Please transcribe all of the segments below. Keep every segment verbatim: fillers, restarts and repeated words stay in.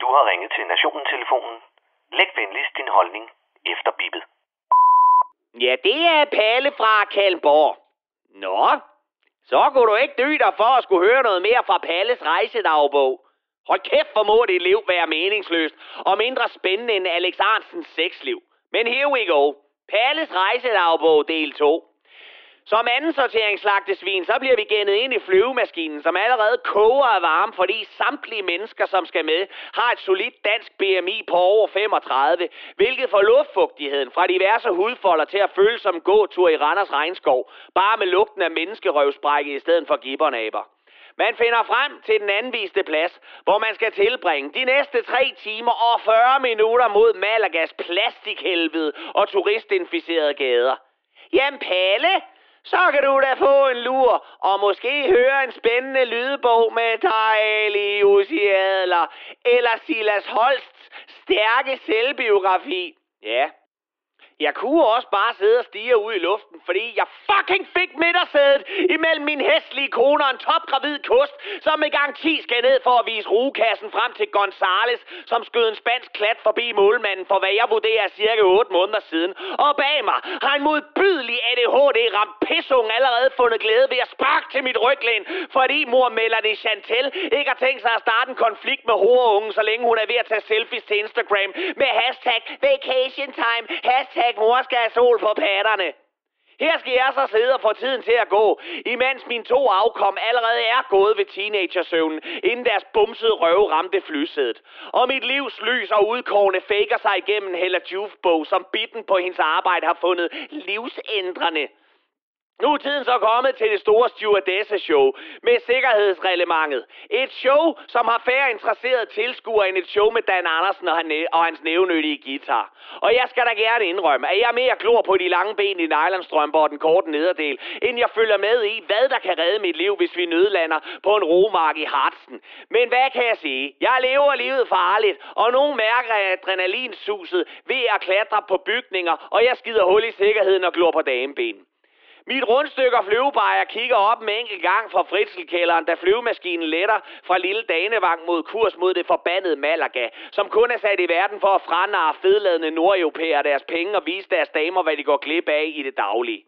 har ringet til Nationen-telefonen. Læg venligst din holdning efter bippet. Ja, det er Palle fra Kalmborg. Nå, så kunne du ikke dy dig for at skulle høre noget mere fra Palles rejsedagbog. Hold kæft, hvor må dit liv være meningsløst og mindre spændende end Alex Arnsens sexliv. Men here we go. Palles rejsedagbog del to. Som anden sorteringsslagtesvin, så bliver vi gennet ind i flyvemaskinen, som allerede koger af varme, fordi samtlige mennesker, som skal med, har et solidt dansk B M I på over femogtredive, hvilket får luftfugtigheden fra diverse hudfolder til at føles som en gåtur i Randers regnskov, bare med lugten af menneskerøvsbrække i stedet for gibbernaber. Man finder frem til den anviste plads, hvor man skal tilbringe de næste tre timer og fyrre minutter mod Malagas plastikhelvede og turistinficerede gader. Jamen Palle, så kan du da få en lur og måske høre en spændende lydbog med dejlig Jussi Adler eller Silas Holsts stærke selvbiografi. Ja. Jeg kunne også bare sidde og stige ud i luften, fordi jeg fucking fik midtersædet imellem min hæslige kone og en topgravid kost, som med garanti skal ned for at vise rugekassen frem til Gonzales, som skød en spansk klat forbi målmanden for hvad jeg vurderer cirka otte måneder siden. Og bag mig har en modbydelig A D H D-ramt pissunge allerede fundet glæde ved at sparke til mit ryglæn, fordi mor Melanie Chantel ikke har tænkt sig at starte en konflikt med horungen, så længe hun er ved at tage selfies til Instagram med hashtag vacation time, hashtag mor skal have sol på patterne. Her skal jeg så sidde og få tiden til at gå, imens mine to afkom allerede er gået ved teenagersøvnen, inden deres bumsede røve ramte flysædet. Og mit livs lys og udkårne faker sig igennem Hella Juf-bog, som bitten på hendes arbejde har fundet livsændrende. Nu er tiden så kommet til det store stewardesse-show med sikkerhedsreglementet. Et show, som har færre interesserede tilskuere end et show med Dan Andersen og, han, og hans nævnyttige guitar. Og jeg skal da gerne indrømme, at jeg mere glor på de lange ben i nylonstrømper og den korte nederdel, end jeg følger med i, hvad der kan redde mit liv, hvis vi nødlander på en romark i Hartsen. Men hvad kan jeg sige? Jeg lever livet farligt, og nogen mærker adrenalinsuset ved at klatre på bygninger, og jeg skider hul i sikkerheden og glor på dameben. Mit rundstykker flyvebajer kigger op en enkelt gang fra fritzelkælderen, da flyvemaskinen letter fra lille Danevang mod kurs mod det forbandede Malaga, som kun er sat i verden for at franarre fedladende nordeuropæere deres penge og vise deres damer, hvad de går glip af i det daglige.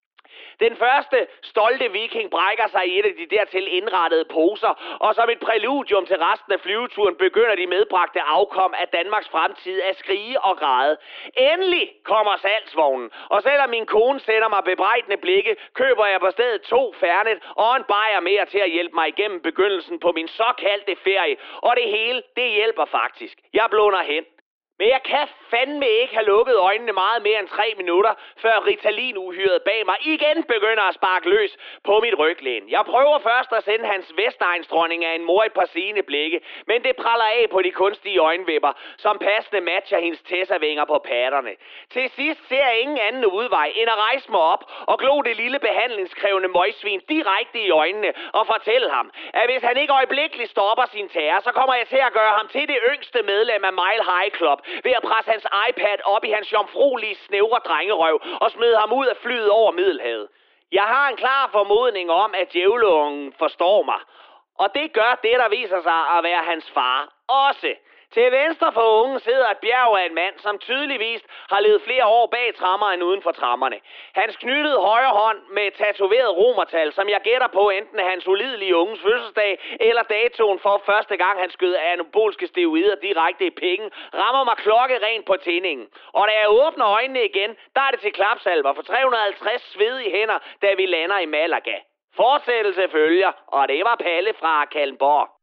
Den første stolte viking brækker sig i et af de dertil indrettede poser, og som et præludium til resten af flyveturen begynder de medbragte afkom af Danmarks fremtid at skrige og græde. Endelig kommer salgsvognen, og selvom min kone sender mig bebrejdende blikke, køber jeg på stedet to Fernet og en bajer mere til at hjælpe mig igennem begyndelsen på min såkaldte ferie, og det hele, det hjælper faktisk. Jeg blunder hen. Men jeg kan fandme ikke have lukket øjnene meget mere end tre minutter, før Ritalin-uhyret bag mig igen begynder at sparke løs på mit ryglæn. Jeg prøver først at sende hans Vestegnsdronning af en mor et par sigende blikke, men det praller af på de kunstige øjenvipper, som passende matcher hendes tessavinger på patterne. Til sidst ser jeg ingen anden udvej end at rejse mig op og glo det lille behandlingskrævende møgsvin direkte i øjnene og fortælle ham, at hvis han ikke øjeblikkeligt stopper sin terror, så kommer jeg til at gøre ham til det yngste medlem af Mile High Club, ved at presse hans iPad op i hans jomfruelige snævre drengerøv og smide ham ud af flyet over Middelhavet. Jeg har en klar formodning om, at djævleungen forstår mig. Og det gør det, der viser sig at være hans far også. Til venstre for ungen sidder et bjerg af en mand, som tydeligvis har levet flere år bag trammer end uden for trammerne. Hans knyttede højre hånd med tatoveret romertal, som jeg gætter på enten er hans ulidelige unges fødselsdag, eller datoen for første gang han skød anabolske steroider direkte i pikken, rammer mig klokkerent på tændingen. Og da jeg åbner øjnene igen, der er det til klapsalver for tre hundrede og halvtreds svedige hænder, da vi lander i Malaga. Fortsættelse følger, og det var Palle fra Kalmborg.